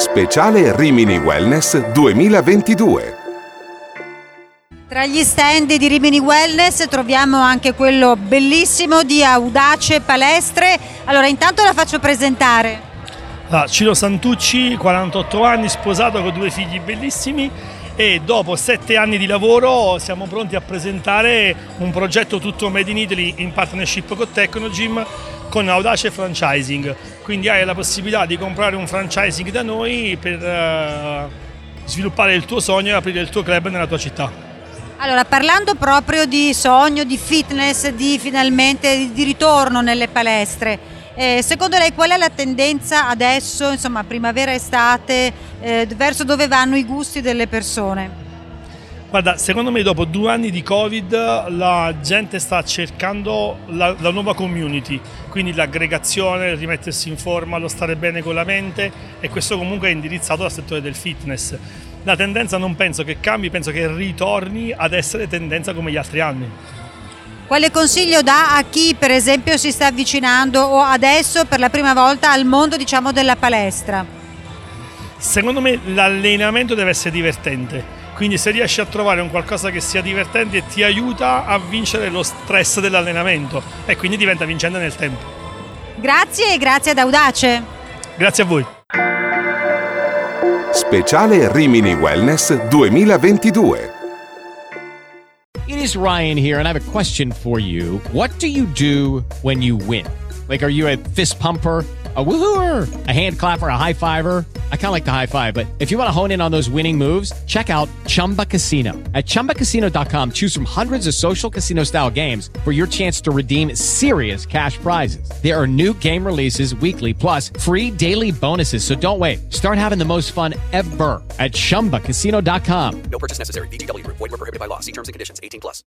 Speciale Rimini Wellness 2022. Tra gli stand di Rimini Wellness troviamo anche quello bellissimo di Audace Palestre. Allora, intanto la faccio presentare. Ciro Santucci, 48 anni, sposato con 2 figli bellissimi, e dopo 7 anni di lavoro siamo pronti a presentare un progetto tutto made in Italy in partnership con Tecnogym, con Audace Franchising. Quindi hai la possibilità di comprare un franchising da noi per sviluppare il tuo sogno e aprire il tuo club nella tua città. Allora, parlando proprio di sogno, di fitness, di finalmente di ritorno nelle palestre, secondo lei qual è la tendenza adesso, insomma primavera, estate, verso dove vanno i gusti delle persone? Guarda, secondo me dopo 2 anni di Covid la gente sta cercando la nuova community, quindi l'aggregazione, il rimettersi in forma, lo stare bene con la mente, e questo comunque è indirizzato al settore del fitness. La tendenza non penso che cambi, penso che ritorni ad essere tendenza come gli altri anni. Quale consiglio dà a chi per esempio si sta avvicinando o adesso per la prima volta al mondo, diciamo, della palestra? Secondo me l'allenamento deve essere divertente, quindi se riesci a trovare un qualcosa che sia divertente e ti aiuta a vincere lo stress dell'allenamento, e quindi diventa vincente nel tempo. Grazie, e grazie ad Audace. Grazie a voi. Speciale Rimini Wellness 2022. It is Ryan here, and I have a question for you. What do you do when you win? Like, are you a fist pumper, a woohooer, a hand clapper, a high fiver? I kind of like the high five, but if you want to hone in on those winning moves, check out Chumba Casino. At ChumbaCasino.com, choose from hundreds of social casino style games for your chance to redeem serious cash prizes. There are new game releases weekly, plus free daily bonuses. So don't wait. Start having the most fun ever at ChumbaCasino.com. No purchase necessary. VGW Group. Void where prohibited by law. See terms and conditions. 18+.